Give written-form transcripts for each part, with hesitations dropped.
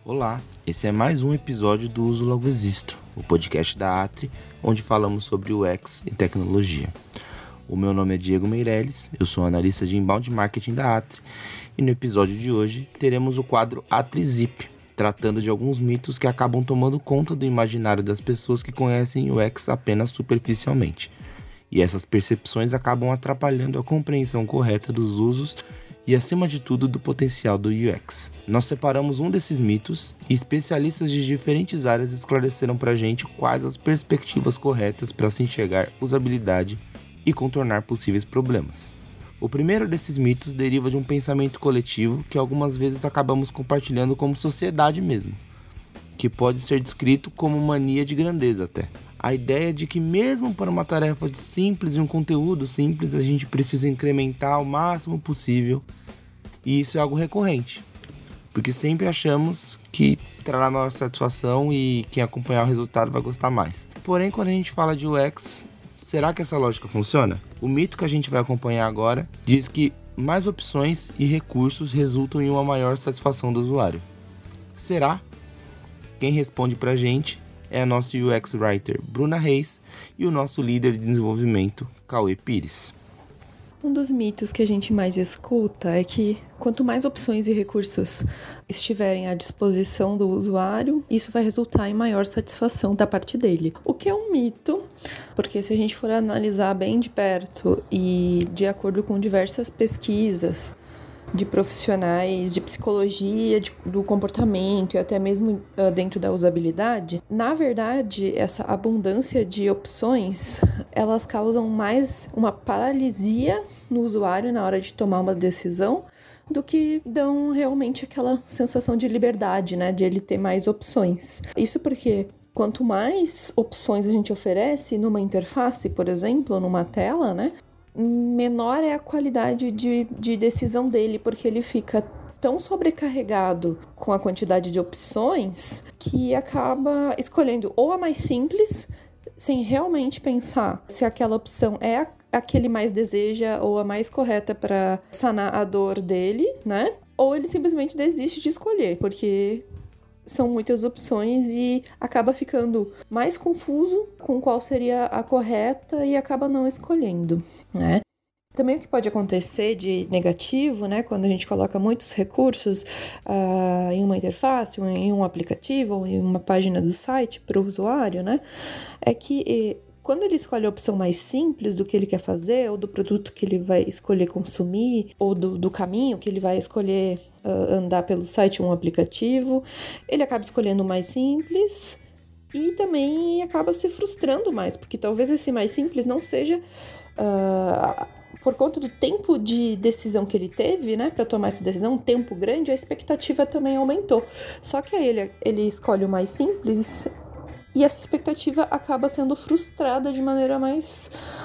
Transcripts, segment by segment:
Olá, esse é mais um episódio do Uso Logo Existo, o podcast da Atri, onde falamos sobre UX e tecnologia. O meu nome é Diego Meirelles, eu sou analista de inbound marketing da Atri, e no episódio de hoje teremos o quadro AtriZip, tratando de alguns mitos que acabam tomando conta do imaginário das pessoas que conhecem UX apenas superficialmente. E essas percepções acabam atrapalhando a compreensão correta dos usos e, acima de tudo, do potencial do UX. Nós separamos um desses mitos e especialistas de diferentes áreas esclareceram pra gente quais as perspectivas corretas para se enxergar usabilidade e contornar possíveis problemas. O primeiro desses mitos deriva de um pensamento coletivo que algumas vezes acabamos compartilhando como sociedade mesmo, que pode ser descrito como mania de grandeza até. A ideia de que mesmo para uma tarefa simples e um conteúdo simples, a gente precisa incrementar ao máximo possível, e isso é algo recorrente, porque sempre achamos que trará maior satisfação e quem acompanhar o resultado vai gostar mais. Porém, quando a gente fala de UX, será que essa lógica funciona? O mito que a gente vai acompanhar agora diz que mais opções e recursos resultam em uma maior satisfação do usuário. Será? Quem responde pra gente é a nossa UX Writer Bruna Reis e o nosso líder de desenvolvimento, Cauê Pires. Um dos mitos que a gente mais escuta é que quanto mais opções e recursos estiverem à disposição do usuário, isso vai resultar em maior satisfação da parte dele. O que é um mito, porque se a gente for analisar bem de perto e de acordo com diversas pesquisas de profissionais de psicologia, do comportamento e até mesmo dentro da usabilidade, na verdade, essa abundância de opções, elas causam mais uma paralisia no usuário na hora de tomar uma decisão do que dão realmente aquela sensação de liberdade, né, de ele ter mais opções. Isso porque quanto mais opções a gente oferece numa interface, por exemplo, numa tela, né, menor é a qualidade de decisão dele, porque ele fica tão sobrecarregado com a quantidade de opções que acaba escolhendo ou a mais simples, sem realmente pensar se aquela opção é a que ele mais deseja ou a mais correta para sanar a dor dele, né? Ou ele simplesmente desiste de escolher, porque são muitas opções e acaba ficando mais confuso com qual seria a correta e acaba não escolhendo, né? Também o que pode acontecer de negativo, né, quando a gente coloca muitos recursos em uma interface, ou em um aplicativo, ou em uma página do site para o usuário, né, é que quando ele escolhe a opção mais simples do que ele quer fazer, ou do produto que ele vai escolher consumir, ou do caminho que ele vai escolher andar pelo site ou um aplicativo, ele acaba escolhendo o mais simples e também acaba se frustrando mais, porque talvez esse mais simples não seja por conta do tempo de decisão que ele teve, né, para tomar essa decisão, um tempo grande, a expectativa também aumentou. Só que aí ele escolhe o mais simples e essa expectativa acaba sendo frustrada de maneira mais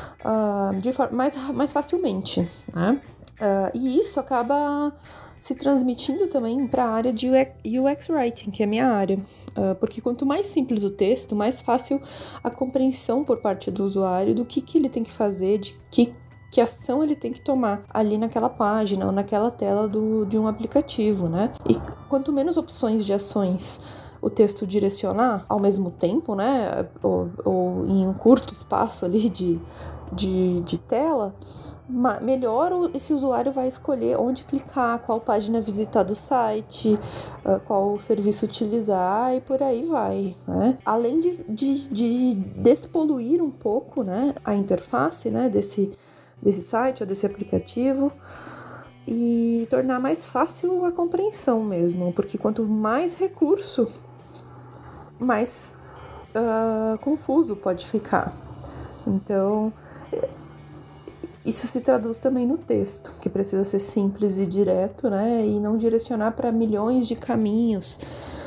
facilmente, né? E isso acaba se transmitindo também para a área de UX Writing, que é a minha área. Porque quanto mais simples o texto, mais fácil a compreensão por parte do usuário do que ele tem que fazer, de que ação ele tem que tomar ali naquela página ou naquela tela de um aplicativo, né? E quanto menos opções de ações o texto direcionar ao mesmo tempo, né, ou em um curto espaço ali de tela, melhor esse usuário vai escolher onde clicar, qual página visitar do site, qual serviço utilizar e por aí vai, né? Além de despoluir um pouco, né, a interface, né, desse site ou desse aplicativo, e tornar mais fácil a compreensão mesmo, porque quanto mais recurso, mais confuso pode ficar. Então, isso se traduz também no texto, que precisa ser simples e direto, né, e não direcionar para milhões de caminhos,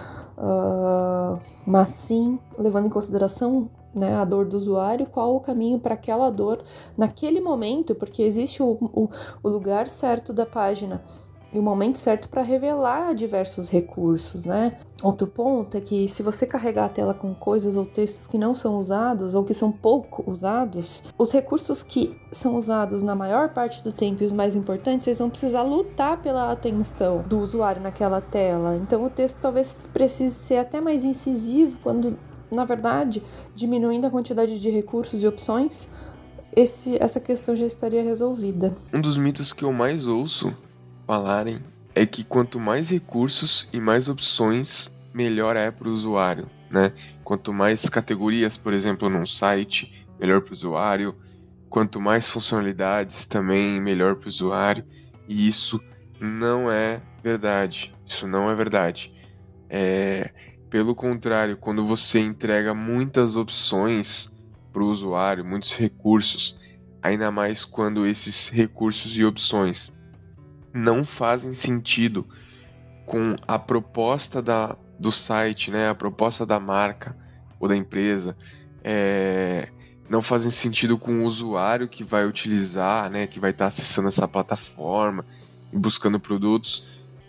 mas sim levando em consideração, né, a dor do usuário, qual o caminho para aquela dor naquele momento, porque existe o lugar certo da página e o momento certo para revelar diversos recursos, né? Outro ponto é que se você carregar a tela com coisas ou textos que não são usados ou que são pouco usados, os recursos que são usados na maior parte do tempo e os mais importantes, vocês vão precisar lutar pela atenção do usuário naquela tela. Então o texto talvez precise ser até mais incisivo quando, na verdade, diminuindo a quantidade de recursos e opções, essa questão já estaria resolvida. Um dos mitos que eu mais ouço falarem é que quanto mais recursos e mais opções, melhor é para o usuário, né? Quanto mais categorias, por exemplo, num site, melhor para o usuário. Quanto mais funcionalidades, também melhor para o usuário. E isso não é verdade. Isso não é verdade. Pelo contrário, quando você entrega muitas opções para o usuário, muitos recursos, ainda mais quando esses recursos e opções não fazem sentido com a proposta do site, né? A proposta da marca ou da empresa, não fazem sentido com o usuário que vai utilizar, né? Que vai estar acessando essa plataforma e buscando produtos,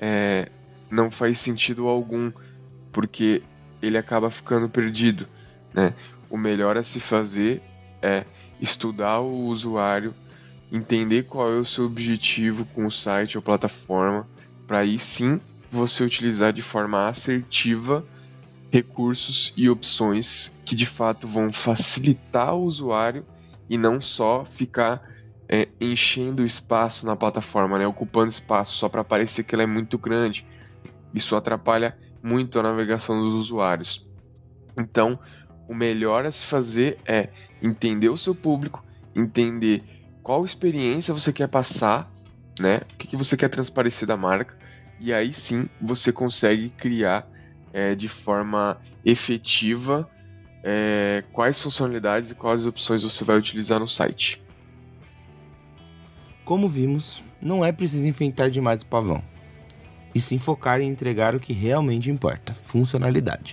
não faz sentido algum, porque ele acaba ficando perdido, né? O melhor a se fazer é estudar o usuário, entender qual é o seu objetivo com o site ou plataforma, para aí sim você utilizar de forma assertiva recursos e opções que de fato vão facilitar o usuário e não só ficar enchendo espaço na plataforma, né? Ocupando espaço só para parecer que ela é muito grande. Isso atrapalha muito a navegação dos usuários. Então, o melhor a se fazer é entender o seu público, entender qual experiência você quer passar, né? O que você quer transparecer da marca, e aí sim você consegue criar de forma efetiva quais funcionalidades e quais opções você vai utilizar no site. Como vimos, não é preciso enfeitar demais o pavão, e sim focar em entregar o que realmente importa, funcionalidade.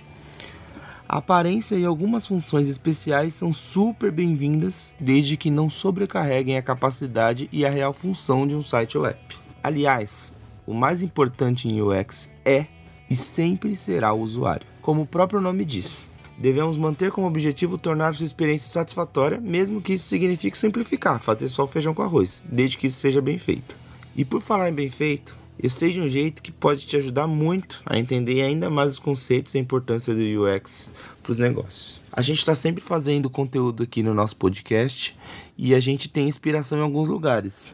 A aparência e algumas funções especiais são super bem-vindas, desde que não sobrecarreguem a capacidade e a real função de um site ou app. Aliás, o mais importante em UX é e sempre será o usuário. Como o próprio nome diz, devemos manter como objetivo tornar sua experiência satisfatória, mesmo que isso signifique simplificar, fazer só o feijão com arroz, desde que isso seja bem feito. E por falar em bem feito, eu sei de um jeito que pode te ajudar muito a entender ainda mais os conceitos e a importância do UX para os negócios. A gente está sempre fazendo conteúdo aqui no nosso podcast e a gente tem inspiração em alguns lugares.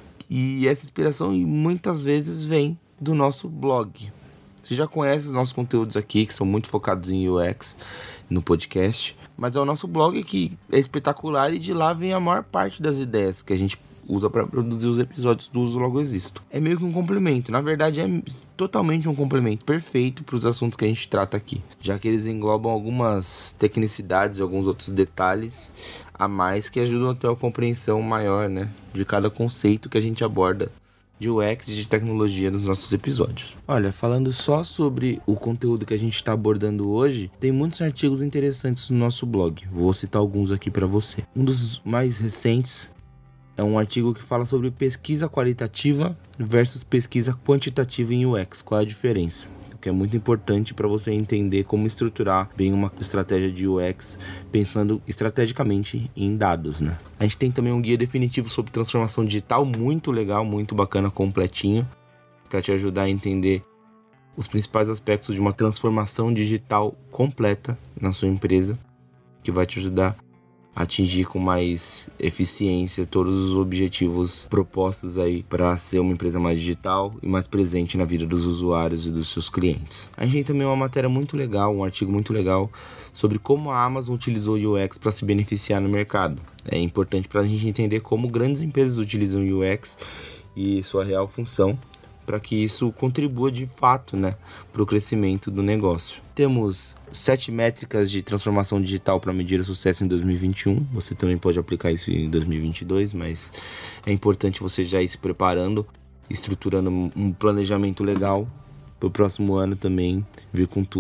E essa inspiração muitas vezes vem do nosso blog. Você já conhece os nossos conteúdos aqui, que são muito focados em UX no podcast, mas é o nosso blog que é espetacular e de lá vem a maior parte das ideias que a gente usa para produzir os episódios do Uso Logo Existo. É meio que um complemento, na verdade é totalmente um complemento perfeito para os assuntos que a gente trata aqui, já que eles englobam algumas tecnicidades e alguns outros detalhes a mais que ajudam a ter uma compreensão maior, né, de cada conceito que a gente aborda de UX e de tecnologia nos nossos episódios. Olha, falando só sobre o conteúdo que a gente está abordando hoje, tem muitos artigos interessantes no nosso blog. Vou citar alguns aqui para você. Um dos mais recentes é um artigo que fala sobre pesquisa qualitativa versus pesquisa quantitativa em UX. Qual é a diferença? O que é muito importante para você entender como estruturar bem uma estratégia de UX, pensando estrategicamente em dados, né? A gente tem também um guia definitivo sobre transformação digital, muito legal, muito bacana, completinho, para te ajudar a entender os principais aspectos de uma transformação digital completa na sua empresa, que vai te ajudar a atingir com mais eficiência todos os objetivos propostos aí para ser uma empresa mais digital e mais presente na vida dos usuários e dos seus clientes. A gente tem também uma matéria muito legal, um artigo muito legal sobre como a Amazon utilizou o UX para se beneficiar no mercado. É importante para a gente entender como grandes empresas utilizam o UX e sua real função, para que isso contribua de fato, né, para o crescimento do negócio. Temos 7 métricas de transformação digital para medir o sucesso em 2021. Você também pode aplicar isso em 2022, mas é importante você já ir se preparando, estruturando um planejamento legal para o próximo ano também, vir com tudo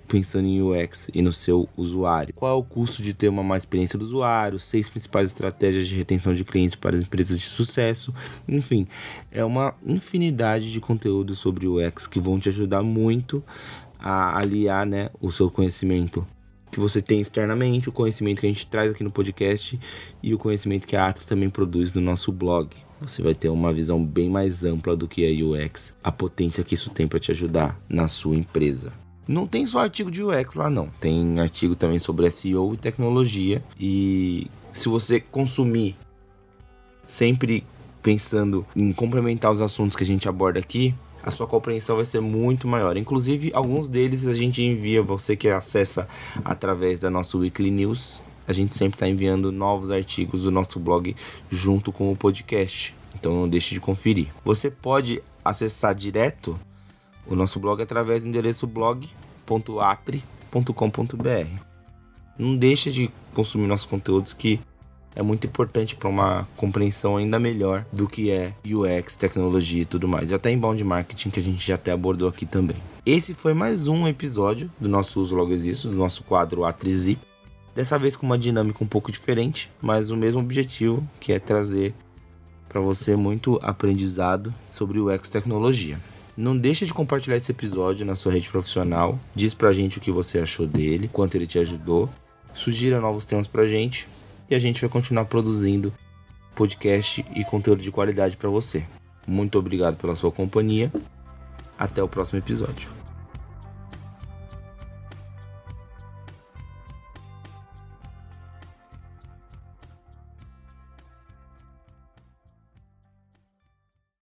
pensando em UX e no seu usuário. Qual é o custo de ter uma má experiência do usuário, 6 principais estratégias de retenção de clientes para as empresas de sucesso, enfim, é uma infinidade de conteúdos sobre UX que vão te ajudar muito a aliar, né, o seu conhecimento que você tem externamente, o conhecimento que a gente traz aqui no podcast e o conhecimento que a Atri também produz no nosso blog. Você vai ter uma visão bem mais ampla do que a UX, a potência que isso tem para te ajudar na sua empresa. Não tem só artigo de UX lá não, tem artigo também sobre SEO e tecnologia, e se você consumir sempre pensando em complementar os assuntos que a gente aborda aqui, a sua compreensão vai ser muito maior. Inclusive, alguns deles a gente envia, você que acessa através da nossa Weekly News, a gente sempre está enviando novos artigos do nosso blog junto com o podcast, então não deixe de conferir. Você pode acessar direto o nosso blog através do endereço blog.atri.com.br. Não deixe de consumir nossos conteúdos, que é muito importante para uma compreensão ainda melhor do que é UX, tecnologia e tudo mais. E até inbound marketing, que a gente já até abordou aqui também. Esse foi mais um episódio do nosso Uso Logo Existo, do nosso quadro A3Z. Dessa vez com uma dinâmica um pouco diferente, mas o mesmo objetivo, que é trazer para você muito aprendizado sobre UX tecnologia. Não deixa de compartilhar esse episódio na sua rede profissional. Diz pra gente o que você achou dele, quanto ele te ajudou. Sugira novos temas pra gente. E a gente vai continuar produzindo podcast e conteúdo de qualidade para você. Muito obrigado pela sua companhia. Até o próximo episódio.